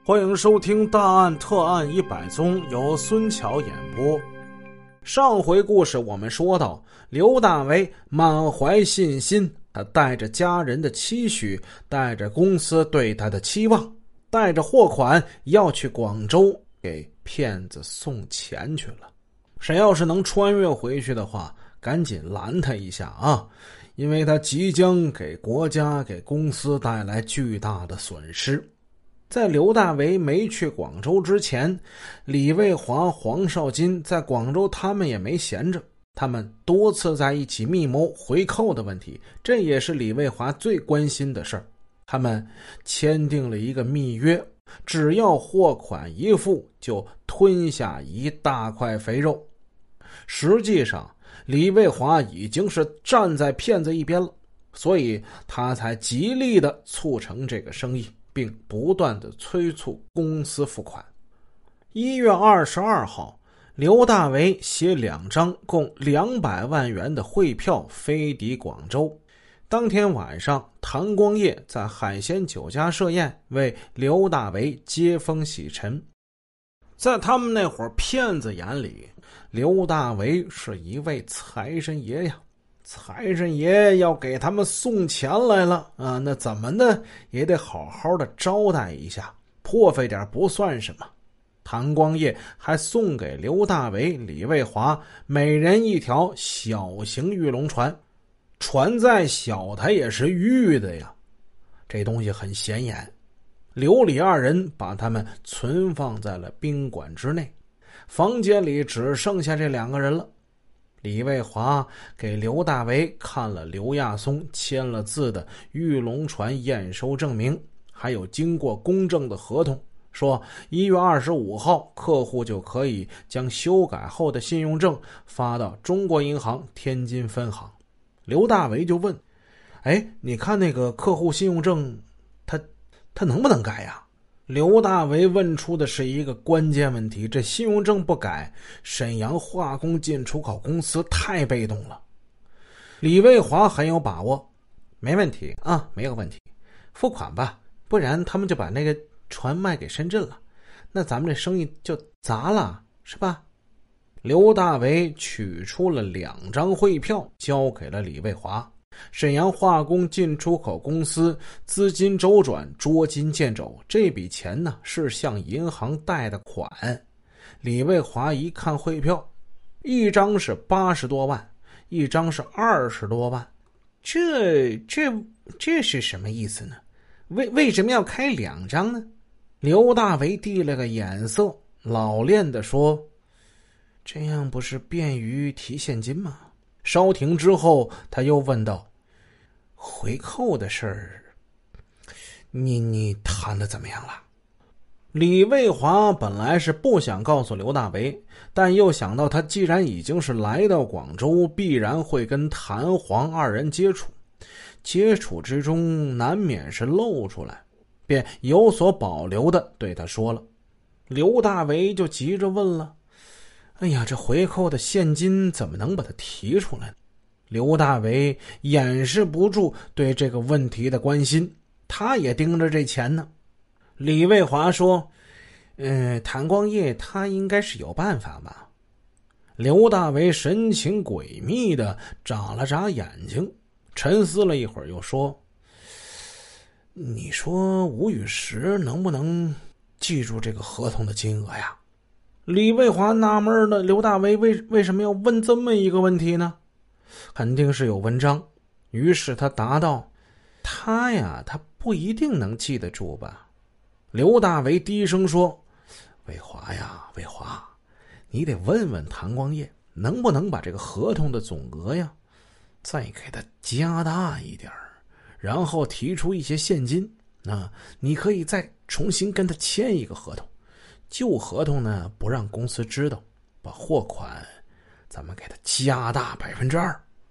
欢迎收听大案特案100宗，由孙桥演播。上回故事我们说到，刘大为满怀信心，他带着家人的期许，带着公司对他的期望，带着货款要去广州给骗子送钱去了。谁要是能穿越回去的话，赶紧拦他一下啊！因为他即将给国家给公司带来巨大的损失。在刘大为没去广州之前，李卫华、黄少金在广州他们也没闲着，他们多次在一起密谋回扣的问题，这也是李卫华最关心的事儿。他们签订了一个密约，只要货款一付就吞下一大块肥肉。实际上李卫华已经是站在骗子一边了，所以他才极力的促成这个生意，并不断的催促公司付款。1月22号，刘大为写2张共200万元的汇票飞抵广州。当天晚上，谭光业在海鲜酒家设宴，为刘大为接风洗尘。在他们那伙骗子眼里，刘大为是一位财神爷呀，财神爷要给他们送钱来了啊，那怎么的也得好好的招待一下，破费点不算什么。谭光业还送给刘大为、李卫华每人一条小型玉龙船，船再小它也是玉的呀，这东西很显眼。刘李二人把他们存放在了宾馆之内，房间里只剩下这2个人了。李卫华给刘大为看了刘亚松签了字的玉龙船验收证明，还有经过公证的合同，说1月25号客户就可以将修改后的信用证发到中国银行天津分行。刘大为就问，你看那个客户信用证他能不能改呀？刘大为问出的是一个关键问题，这信用证不改，沈阳化工进出口公司太被动了。李卫华很有把握，没问题啊，没有问题，付款吧，不然他们就把那个船卖给深圳了，那咱们这生意就砸了，是吧？刘大为取出了2张汇票，交给了李卫华。沈阳化工进出口公司资金周转捉襟见肘，这笔钱呢是向银行贷的款。李卫华一看汇票，一张是80多万，一张是20多万，这是什么意思呢？为什么要开2张呢？刘大为递了个眼色，老练地说，这样不是便于提现金吗？稍停之后，他又问道，回扣的事儿你谈的怎么样了？李卫华本来是不想告诉刘大为，但又想到他既然已经是来到广州，必然会跟谭黄2人接触之中难免是露出来，便有所保留的对他说了。刘大为就急着问了，这回扣的现金怎么能把它提出来呢？刘大为掩饰不住对这个问题的关心，他也盯着这钱呢。李卫华说，谭光业他应该是有办法吧？刘大为神情诡秘的眨了眨眼睛，沉思了一会儿又说，你说吴雨石能不能记住这个合同的金额呀？李卫华纳闷了，刘大为为什么要问这么一个问题呢？肯定是有文章。于是他答道，他不一定能记得住吧。刘大为低声说，卫华，你得问问谭光业能不能把这个合同的总额再给他加大一点，然后提出一些现金，你可以再重新跟他签一个合同，旧合同呢不让公司知道，把货款咱们给他加大2%。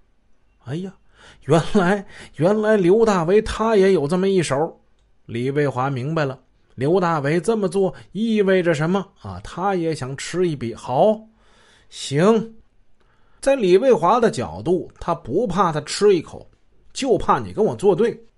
原来刘大为他也有这么一手。李卫华明白了，刘大为这么做意味着什么啊？他也想吃一笔。好，行。在李卫华的角度，他不怕他吃一口，就怕你跟我作对。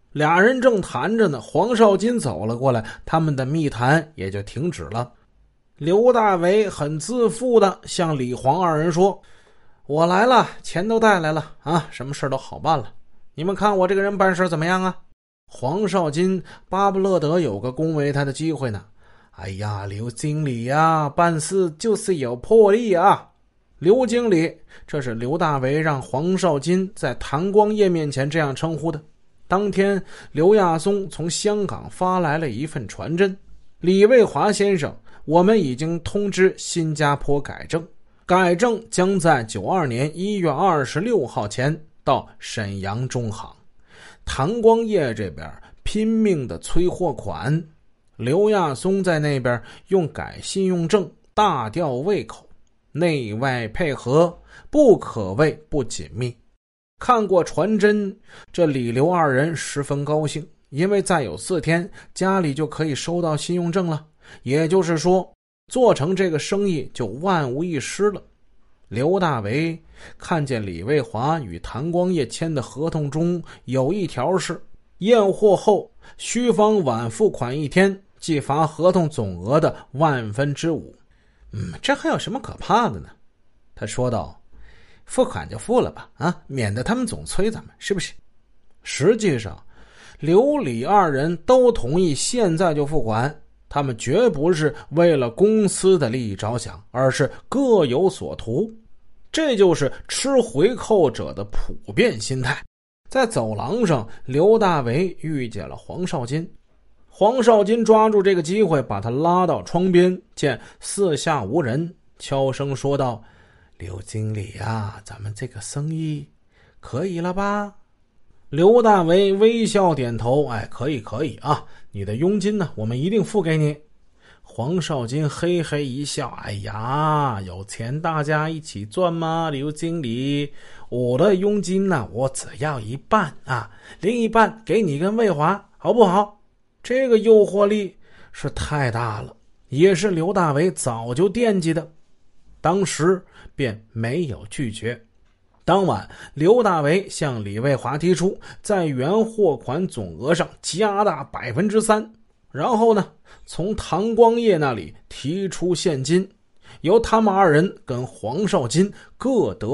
俩人正谈着呢，黄绍金走了过来，他们的密谈也就停止了。刘大为很自负地向李黄二人说：“我来了，钱都带来了啊，什么事都好办了。你们看我这个人办事怎么样啊？”黄绍金巴不勒得有个恭维他的机会呢。哎呀，刘经理呀，办事就是有魄力啊。刘经理，这是刘大为让黄绍金在谭光业面前这样称呼的。当天，刘亚松从香港发来了一份传真：李卫华先生，我们已经通知新加坡改正，改正将在92年1月26号前到沈阳中行。谭光业这边拼命的催货款，刘亚松在那边用改信用证大吊胃口，内外配合，不可谓不紧密。看过传真，这李刘二人十分高兴，因为再有4天家里就可以收到信用证了，也就是说做成这个生意就万无一失了。刘大为看见李卫华与谭光业签的合同中有一条是验货后需方晚付款1天，即罚合同总额的5/1000。这还有什么可怕的呢？他说道：“付款就付了吧，啊，免得他们总催咱们，是不是？”实际上，刘李二人都同意现在就付款，他们绝不是为了公司的利益着想，而是各有所图。这就是吃回扣者的普遍心态。在走廊上，刘大为遇见了黄绍金。黄绍金抓住这个机会，把他拉到窗边，见四下无人，悄声说道：“刘经理啊，咱们这个生意可以了吧？”刘大为微笑点头：“哎，可以啊，你的佣金呢，我们一定付给你。”黄绍金嘿嘿一笑：“哎呀，有钱大家一起赚吗？刘经理，我的佣金呢，我只要1半啊，另一半给你跟魏华，好不好？”这个诱惑力是太大了，也是刘大为早就惦记的，当时便没有拒绝。当晚，刘大为向李卫华提出在原货款总额上加大3%，然后呢，从谭光业那里提出现金，由他们二人跟黄绍金各得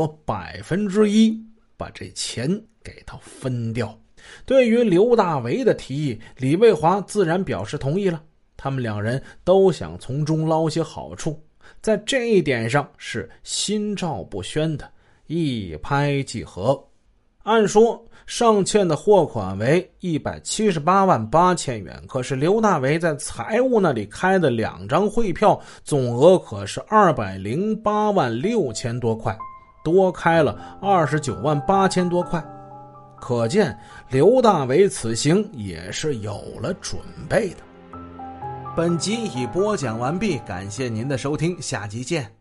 1%，把这钱给他分掉。对于刘大为的提议，李卫华自然表示同意了。他们两人都想从中捞些好处，在这一点上是心照不宣的，一拍即合。按说上欠的货款为1788000元，可是刘大为在财务那里开的2张汇票，总额可是2086000多块，多开了298000多块。可见刘大为此行也是有了准备的。本集已播讲完毕，感谢您的收听，下集见。